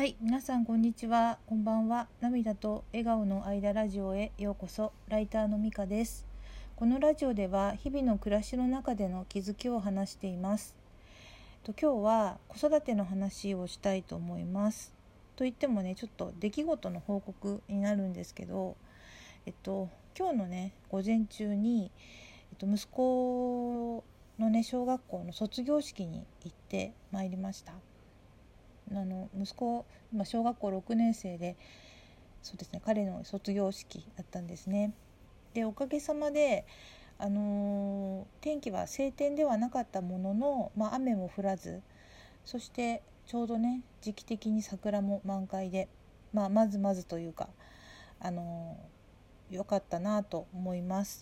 はい、皆さんこんにちは、こんばんは。涙と笑顔の間ラジオへようこそ。ライターのみかです。このラジオでは日々の暮らしの中での気づきを話しています。今日は子育ての話をしたいと思います。と言ってもね、ちょっと出来事の報告になるんですけど、今日のね午前中に、息子のね小学校の卒業式に行ってまいりました。息子今小学校6年生で、そうですね、彼の卒業式だったんですね。でおかげさまで、天気は晴天ではなかったものの、雨も降らず、そしてちょうどね時期的に桜も満開で、まずまずというか、良かったなと思います。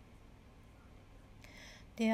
で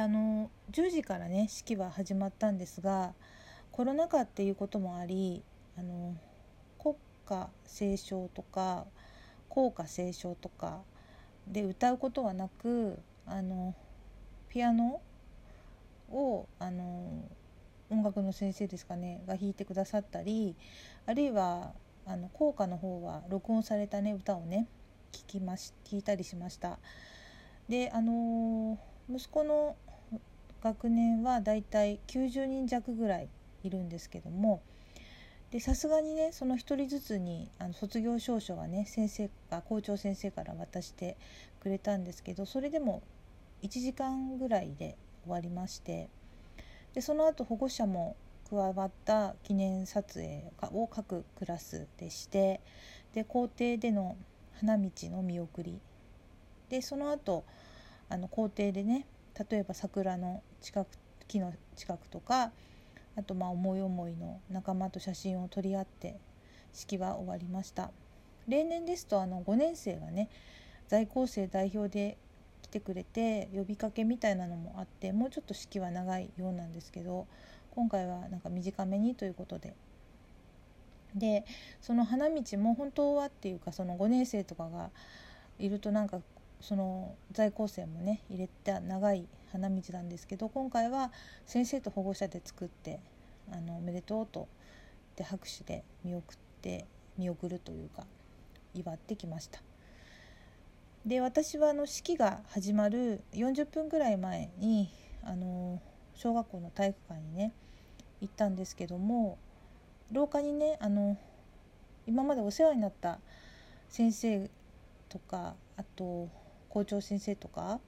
10時からね式は始まったんですが、コロナ禍っていうこともあり、国歌斉唱とか校歌斉唱とかで歌うことはなく、ピアノを音楽の先生ですかねが弾いてくださったり、あるいは校歌の方は録音されたね歌をね聞いたりしました。で息子の学年はだいたい90人弱ぐらいいるんですけども、でさすがにねその一人ずつに卒業証書はね校長先生から渡してくれたんですけど、それでも1時間ぐらいで終わりまして、でその後保護者も加わった記念撮影を各クラスでして、で校庭での花道の見送りで、その後校庭でね、例えば桜の木の近くとか、あと思い思いの仲間と写真を撮り合って式は終わりました。例年ですと5年生がね在校生代表で来てくれて呼びかけみたいなのもあって、もうちょっと式は長いようなんですけど、今回はなんか短めにということで、その花道も本当はっていうか、その5年生とかがいるとなんかその在校生もね入れた長い花道なんですけど、今回は先生と保護者で作っておめでとうとで拍手で見送るというか祝ってきました。で私は式が始まる40分ぐらい前に小学校の体育館にね行ったんですけども、廊下にね今までお世話になった先生とか、あと校長先生とか、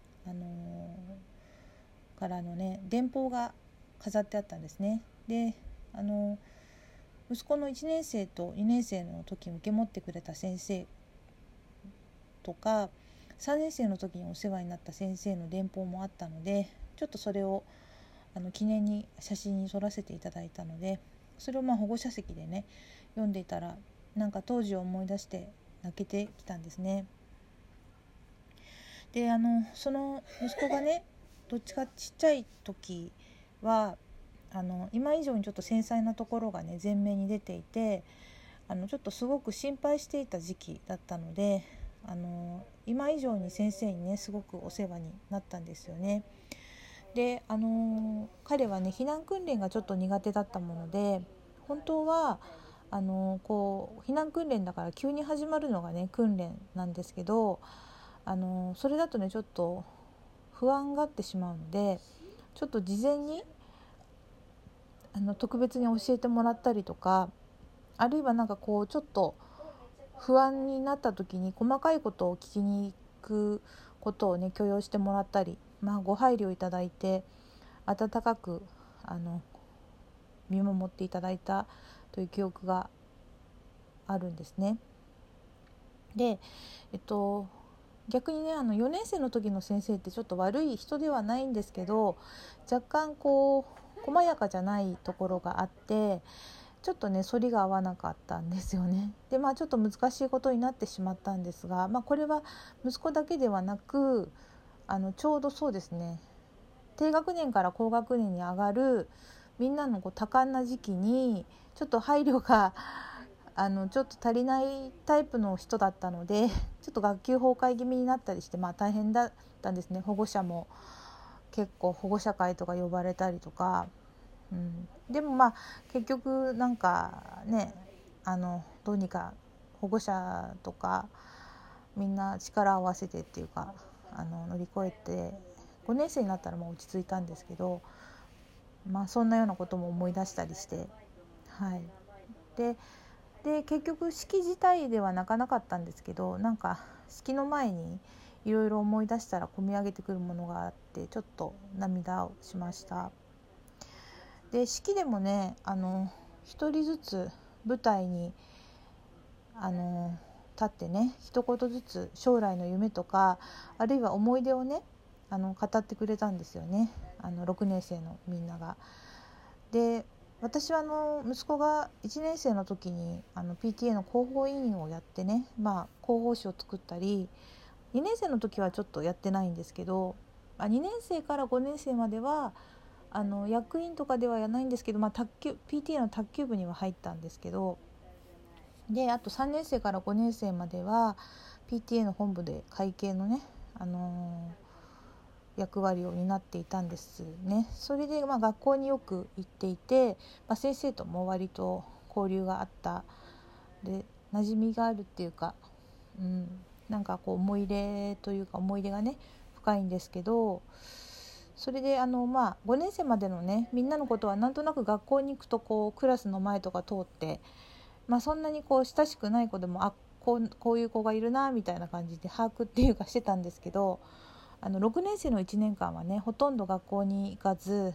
からのね電報が飾ってあったんですね。で息子の1年生と2年生の時に受け持ってくれた先生とか、3年生の時にお世話になった先生の電報もあったので、ちょっとそれを記念に写真に撮らせていただいたので、それを保護者席でね読んでいたら、なんか当時を思い出して泣けてきたんですね。でその息子がねどっちかちっちゃい時は今以上にちょっと繊細なところがね前面に出ていて、ちょっとすごく心配していた時期だったので、今以上に先生にねすごくお世話になったんですよね。で彼はね避難訓練がちょっと苦手だったもので、本当は避難訓練だから急に始まるのがね訓練なんですけど、それだとねちょっと不安がってしまうので、ちょっと事前に特別に教えてもらったりとか、あるいはちょっと不安になった時に細かいことを聞きに行くことをね許容してもらったり、ご配慮いただいて温かく見守っていただいたという記憶があるんですね。で逆にね4年生の時の先生ってちょっと悪い人ではないんですけど、若干細やかじゃないところがあって、ちょっとね反りが合わなかったんですよね。でちょっと難しいことになってしまったんですが、これは息子だけではなくちょうどそうですね、低学年から高学年に上がるみんなの多感な時期にちょっと配慮がちょっと足りないタイプの人だったので、ちょっと学級崩壊気味になったりして、大変だったんですね。保護者も結構保護者会とか呼ばれたりとか、 でもまあ結局なんかねどうにか保護者とかみんな力を合わせてっていうか乗り越えて5年生になったらもう落ち着いたんですけど、まあそんなようなことも思い出したりして、はい、で結局式自体では泣かなかったんですけど、なんか式の前にいろいろ思い出したら込み上げてくるものがあってちょっと涙をしました。で式でもね一人ずつ舞台に立ってね一言ずつ将来の夢とかあるいは思い出をね語ってくれたんですよね、6年生のみんなが。で私は息子が1年生の時にPTA の広報委員をやってね、まあ、広報誌を作ったり2年生の時はちょっとやってないんですけど、2年生から5年生までは役員とかではないんですけど、まあ、PTA の卓球部には入ったんですけど、であと3年生から5年生までは PTA の本部で会計のね、役割を担っていたんですね。それで、まあ、学校によく行っていて、まあ、先生とも割と交流があったで馴染みがあるっていうか、なんかこう思い入れというか思い出がね深いんですけど、それでまあ、5年生までのねみんなのことはなんとなく学校に行くとこうクラスの前とか通って、まあ、そんなにこう親しくない子でもこういう子がいるなみたいな感じで把握っていうかしてたんですけど、6年生の1年間はねほとんど学校に行かず、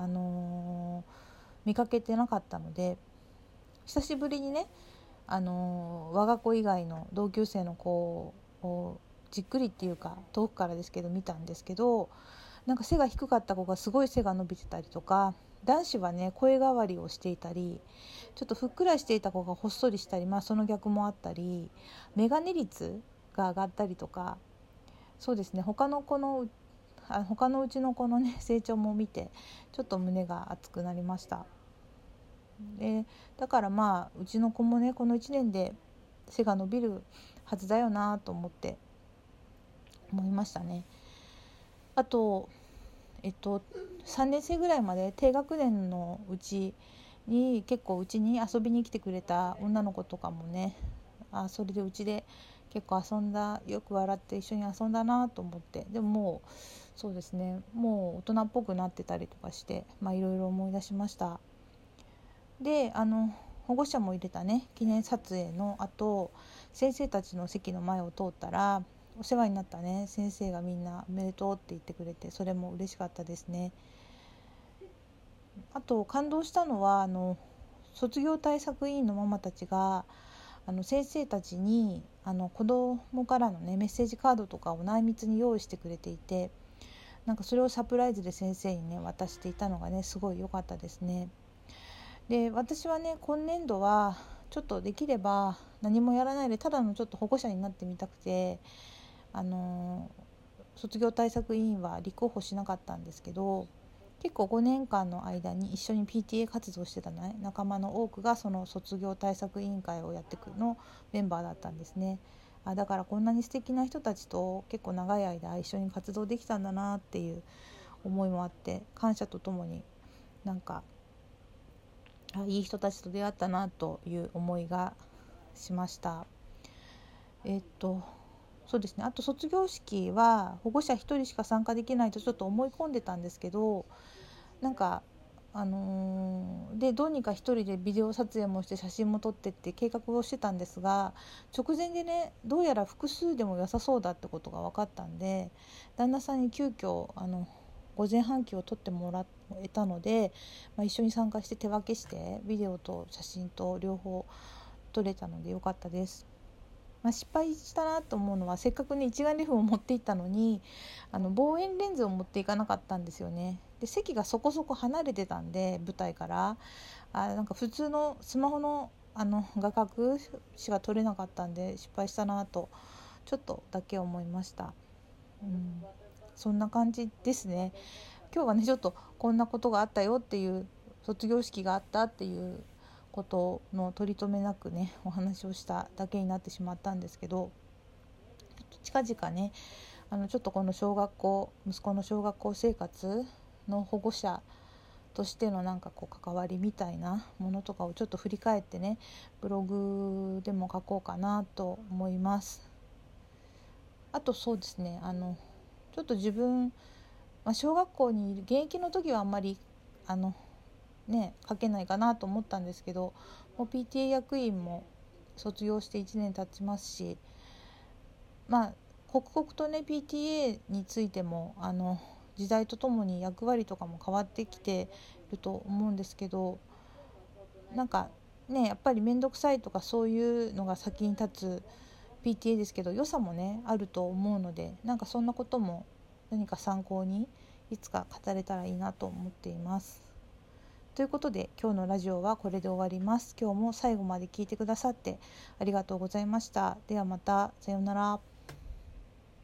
見かけてなかったので久しぶりにね、我が子以外の同級生の子をじっくりっていうか遠くからですけど見たんですけど、なんか背が低かった子がすごい背が伸びてたりとか、男子はね声変わりをしていたり、ちょっとふっくらしていた子がほっそりしたり、まあその逆もあったり、メガネ率が上がったりとか、そうですね他のうちの子のね成長も見てちょっと胸が熱くなりました。でだからまあうちの子もねこの1年で背が伸びるはずだよなと思いましたね。あと3年生ぐらいまで低学年のうちに結構うちに遊びに来てくれた女の子とかもね、それでうちで結構遊んだ、よく笑って一緒に遊んだなと思って、でももうそうですねもう大人っぽくなってたりとかして、まあいろいろ思い出しました。で保護者も入れたね記念撮影の後、先生たちの席の前を通ったらお世話になったね先生がみんなおめでとうって言ってくれて、それも嬉しかったですね。あと感動したのは卒業対策委員のママたちが先生たちに子どもからのねメッセージカードとかを内密に用意してくれていて、なんかそれをサプライズで先生にね渡していたのがねすごい良かったですね。で私はね今年度はちょっとできれば何もやらないでただのちょっと保護者になってみたくて、卒業対策委員は立候補しなかったんですけど、結構5年間の間に一緒に PTA 活動してたね仲間の多くがその卒業対策委員会をやってくのメンバーだったんですね。だからこんなに素敵な人たちと結構長い間一緒に活動できたんだなっていう思いもあって、感謝とともになんかいい人たちと出会ったなという思いがしました。そうですね、あと卒業式は保護者1人しか参加できないとちょっと思い込んでたんですけど、なんかでどうにか一人でビデオ撮影もして写真も撮ってって計画をしてたんですが、直前でねどうやら複数でも良さそうだってことが分かったんで、旦那さんに急遽午前半期を撮ってもらえたので、一緒に参加して手分けしてビデオと写真と両方撮れたので良かったです。失敗したなと思うのは、せっかくね一眼レフを持っていったのに望遠レンズを持っていかなかったんですよね。で席がそこそこ離れてたんで舞台からなんか普通のスマホの画角しか撮れなかったんで失敗したなとちょっとだけ思いました。そんな感じですね。今日はねちょっとこんなことがあったよっていう、卒業式があったっていうことの取り留めなくねお話をしただけになってしまったんですけど、近々ねちょっとこの息子の小学校生活の保護者としてのなんかこう関わりみたいなものとかをちょっと振り返ってね、ブログでも書こうかなと思います。あとそうですね、ちょっと自分、小学校にいる現役の時はあんまり書けないかなと思ったんですけど、もう PTA 役員も卒業して1年経ちますし、刻々とね PTA についても時代とともに役割とかも変わってきていると思うんですけど、なんかねやっぱり面倒くさいとかそういうのが先に立つ PTA ですけど、良さもねあると思うので、なんかそんなことも何か参考にいつか語れたらいいなと思っています。ということで今日のラジオはこれで終わります。今日も最後まで聞いてくださってありがとうございました。ではまた、さようなら。